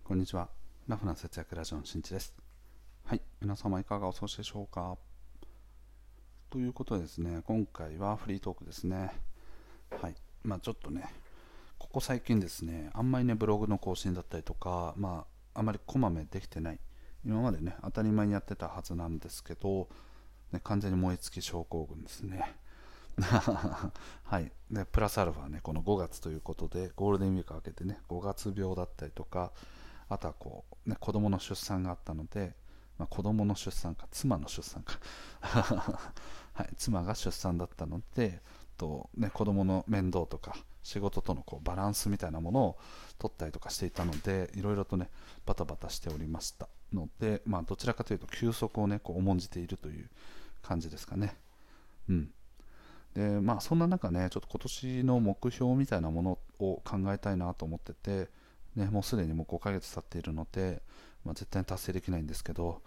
こんにちは。ラフな節約ラジオのしんちです。はい、皆様いかがお過ごしでしょうか。ということでですね、今回はフリートークですね。はい、ちょっとね、ここ最近ですね、あんまりね、ブログの更新だったりとか、あまりこまめできてない。今までね、当たり前にやってたはずなんですけど、ね、完全に燃え尽き症候群ですね。はい、でプラスアルファね、この5月ということで、ゴールデンウィーク明けてね、5月病だったりとか、あとは子供の出産があったので、子供の出産か、妻の出産か、はい、妻が出産だったので、子供の面倒とか、仕事とのバランスみたいなものを取ったりとかしていたので、いろいろとね、バタバタしておりましたので、どちらかというと、休息をね、重んじているという感じですかね。うん。で、そんな中ね、ちょっと今年の目標みたいなものを考えたいなと思ってて、ね、もうすでにもう5ヶ月経っているので、絶対に達成できないんですけど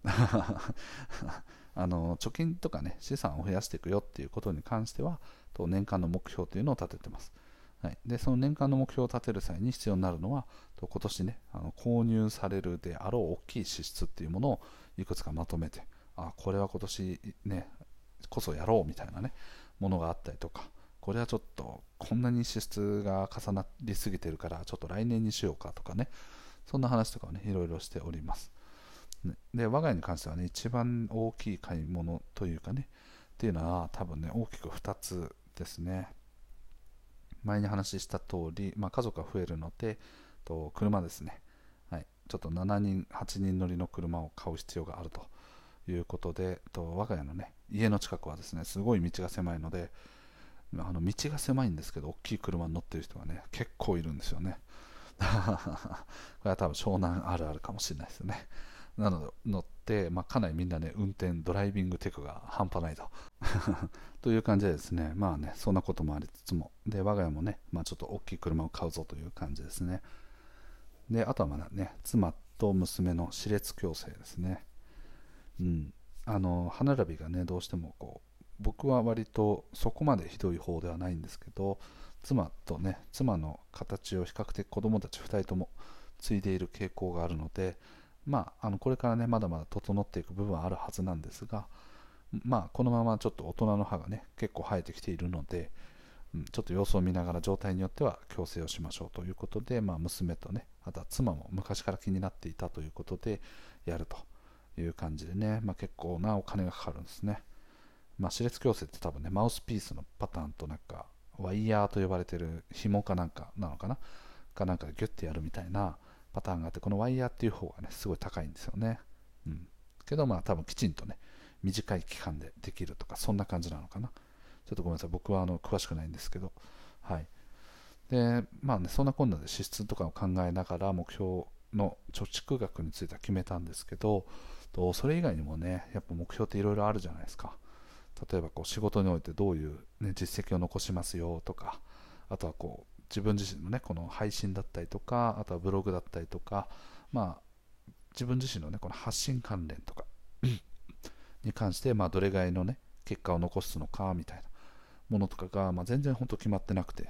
貯金とかね、資産を増やしていくよっていうことに関しては、年間の目標というのを立ててます。はい、でその年間の目標を立てる際に必要になるのは、今年ね、購入されるであろう大きい支出っていうものをいくつかまとめて、これは今年ねこそやろうみたいなねものがあったりとか、これはちょっとこんなに支出が重なりすぎてるからちょっと来年にしようかとかね、そんな話とかをねいろいろしております。で我が家に関してはね、一番大きい買い物というかねっていうのは多分ね大きく2つですね。前に話した通り、家族が増えるので車ですね。はい、ちょっと7人8人乗りの車を買う必要があるということで、我が家のね家の近くはですねすごい道が狭いので、道が狭いんですけど大きい車に乗ってる人がね結構いるんですよね。これは多分湘南あるあるかもしれないですね。なので乗って、かなりみんなね運転ドライビングテクが半端ないとという感じでですね、そんなこともありつつも、で我が家もね、ちょっと大きい車を買うぞという感じですね。であとはね、妻と娘の歯列矯正ですね。うん、歯並びがねどうしても僕は割とそこまでひどい方ではないんですけど、妻の形を比較的子供たち2人とも継いでいる傾向があるので、これからねまだまだ整っていく部分はあるはずなんですが、このままちょっと大人の歯がね結構生えてきているので、ちょっと様子を見ながら状態によっては矯正をしましょうということで、娘とね、あとは妻も昔から気になっていたということでやるという感じでね、結構なお金がかかるんですね。歯列矯正って多分ね、マウスピースのパターンとなんかワイヤーと呼ばれてる紐かなんかなのかな、なんかでギュッてやるみたいなパターンがあって、このワイヤーっていう方がねすごい高いんですよね。けど多分きちんとね短い期間でできるとか、そんな感じなのかな。ちょっとごめんなさい、僕は詳しくないんですけど、はい。でそんなこんなで支出とかを考えながら目標の貯蓄額については決めたんですけど、それ以外にもねやっぱ目標っていろいろあるじゃないですか。例えば仕事においてどういう、ね、実績を残しますよとか、あとは自分自身のねこの配信だったりとか、あとはブログだったりとか、自分自身のねこの発信関連とかに関して、どれぐらいのね結果を残すのかみたいなものとかが、全然本当決まってなくて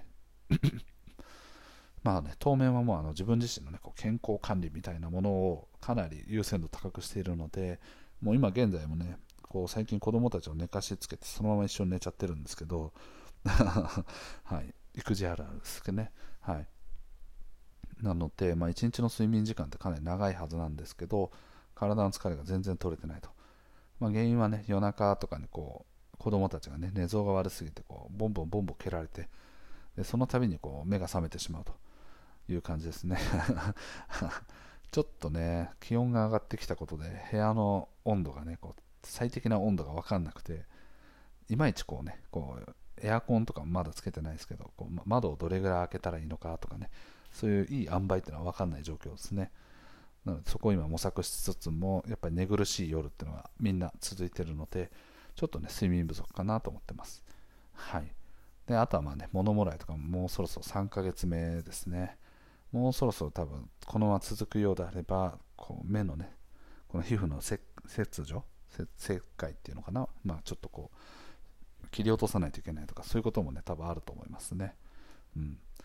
当面はもう自分自身の、ね、健康管理みたいなものをかなり優先度高くしているので、もう今現在もね最近子供たちを寝かしつけてそのまま一緒に寝ちゃってるんですけどはい、育児あるあるですけどね。はい、なので、一日の睡眠時間ってかなり長いはずなんですけど、体の疲れが全然取れてないと。原因はね夜中とかに子供たちがね寝相が悪すぎてボンボンボンボン蹴られて、でその度に目が覚めてしまうという感じですね。ちょっとね気温が上がってきたことで部屋の温度がね最適な温度が分かんなくて、いまいちエアコンとかもまだつけてないですけど、窓をどれぐらい開けたらいいのかとかね、そういういい塩梅っていうのは分かんない状況ですね。なのでそこを今模索しつつも、やっぱり寝苦しい夜っていうのがみんな続いているので、ちょっとね睡眠不足かなと思ってます。はい。であとは物もらいとかももうそろそろ3ヶ月目ですね。もうそろそろ多分このまま続くようであれば、目のねこの皮膚の切除切開っていうのかな、ちょっと切り落とさないといけないとか、そういうこともね多分あると思いますね。うん、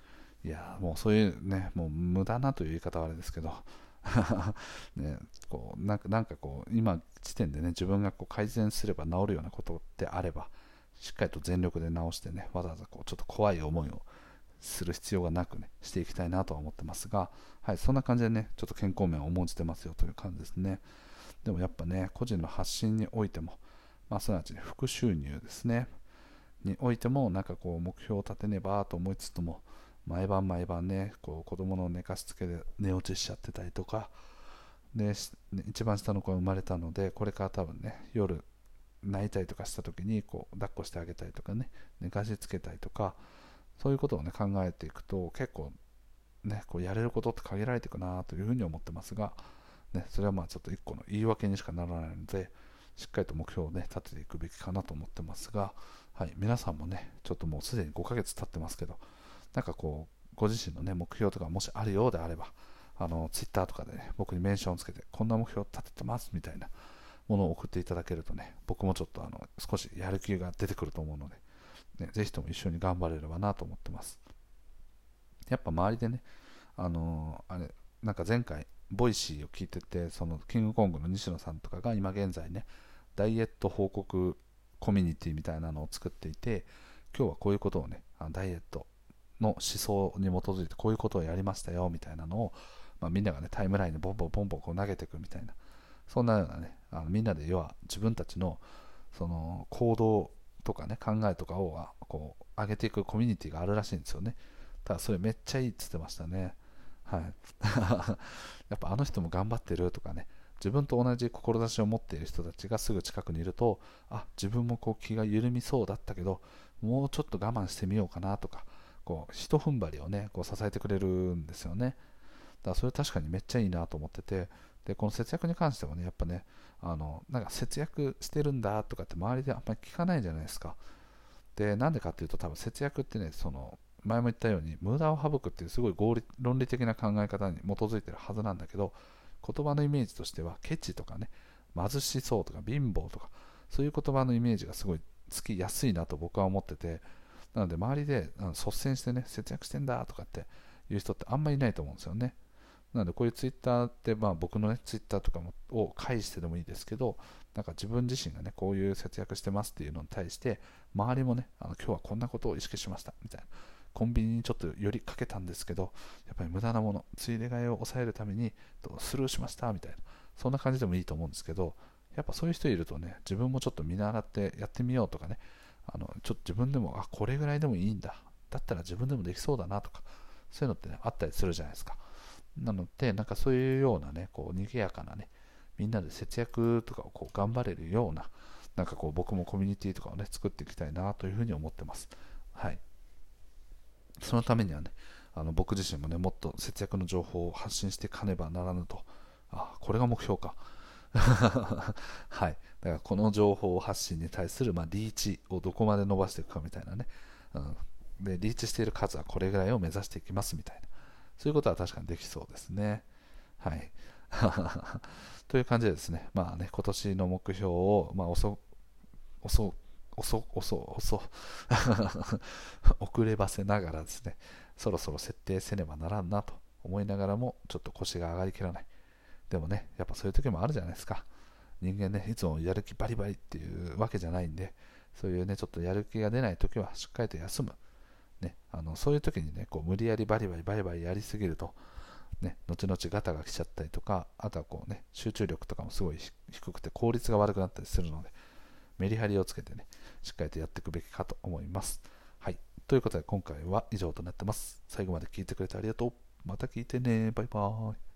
いやもうそういうね、もう無駄なという言い方はあれですけどね、こうなんかこう今時点でね、自分がこう改善すれば治るようなことであれば、しっかりと全力で治してね、わざわざこうちょっと怖い思いをする必要がなくね、していきたいなとは思ってますが、はい、そんな感じでね、ちょっと健康面を重んじてますよという感じですね。でもやっぱね、個人の発信においても、すなわち、ね、副収入ですね、においても、なんかこう、目標を立てねばと思いつつも、毎晩毎晩ね、こう子供の寝かしつけで寝落ちしちゃってたりとか、で、一番下の子が生まれたので、これから多分ね、夜泣いたりとかした時にこう抱っこしてあげたりとかね、寝かしつけたりとか、そういうことをね考えていくと、結構ねこうやれることって限られていくなというふうに思ってますが、ね、それはちょっと一個の言い訳にしかならないので、しっかりと目標をね立てていくべきかなと思ってますが、はい、皆さんもねちょっともうすでに5ヶ月経ってますけど、なんかこうご自身のね目標とかもしあるようであれば、ツイッターとかでね僕にメンションをつけて、こんな目標を立ててますみたいなものを送っていただけるとね、僕もちょっと少しやる気が出てくると思うので、ね、ぜひとも一緒に頑張れればなと思ってます。やっぱ周りでね、あれ、なんか前回、ボイシーを聞いてて、そのキングコングの西野さんとかが今現在ね、ダイエット報告コミュニティみたいなのを作っていて、今日はこういうことをね、ダイエットの思想に基づいてこういうことをやりましたよみたいなのを、みんながね、タイムラインでボンボンボンボンこう投げていくみたいな、そんなようなね、みんなで要は自分たちのその行動とかね、考えとかをこう上げていくコミュニティがあるらしいんですよね。ただそれめっちゃいいって言ってましたね。はい。やっぱあの人も頑張ってるとかね、自分と同じ志を持っている人たちがすぐ近くにいると、自分もこう気が緩みそうだったけど、もうちょっと我慢してみようかなとか、こう一踏ん張りをねこう支えてくれるんですよね。だからそれ確かにめっちゃいいなと思ってて、でこの節約に関してもね、やっぱね、なんか節約してるんだとかって周りであんまり聞かないじゃないですか。でなんでかっていうと、多分節約ってね、その前も言ったように無駄を省くっていうすごい論理的な考え方に基づいてるはずなんだけど、言葉のイメージとしてはケチとかね、貧しそうとか貧乏とか、そういう言葉のイメージがすごいつきやすいなと僕は思ってて、なので周りで率先してね節約してんだとかっていう人ってあんまりいないと思うんですよね。なのでこういうツイッターって、僕のねツイッターとかもを介してでもいいですけど、なんか自分自身がねこういう節約してますっていうのに対して、周りもね今日はこんなことを意識しましたみたいな、コンビニにちょっと寄りかけたんですけど、やっぱり無駄なもの、ついで買いを抑えるためにスルーしましたみたいな、そんな感じでもいいと思うんですけど、やっぱそういう人いるとね、自分もちょっと見習ってやってみようとかね、ちょっと自分でもこれぐらいでもいいんだ、だったら自分でもできそうだなとか、そういうのってねあったりするじゃないですか。なのでなんかそういうようなねこう賑やかなね、みんなで節約とかをこう頑張れるような、なんかこう僕もコミュニティとかをね作っていきたいなというふうに思ってます。はい。そのためにはね、僕自身もねもっと節約の情報を発信していかねばならぬと、これが目標か。はい。だからこの情報発信に対する、リーチをどこまで伸ばしていくかみたいなね、でリーチしている数はこれぐらいを目指していきますみたいな、そういうことは確かにできそうですね。はい。という感じでですね、今年の目標を、遅遅ればせながらですね、そろそろ設定せねばならんなと思いながらも、ちょっと腰が上がりきらない。でもね、やっぱそういう時もあるじゃないですか。人間ね、いつもやる気バリバリっていうわけじゃないんで、そういうね、ちょっとやる気が出ない時はしっかりと休む。ね、そういう時にね、こう無理やりバリバリバリバリやりすぎると、ね、後々ガタが来ちゃったりとか、あとはこうね、集中力とかもすごい低くて効率が悪くなったりするので、メリハリをつけてね、しっかりとやっていくべきかと思います。はい。ということで今回は以上となってます。最後まで聞いてくれてありがとう。また聞いてね。バイバーイ。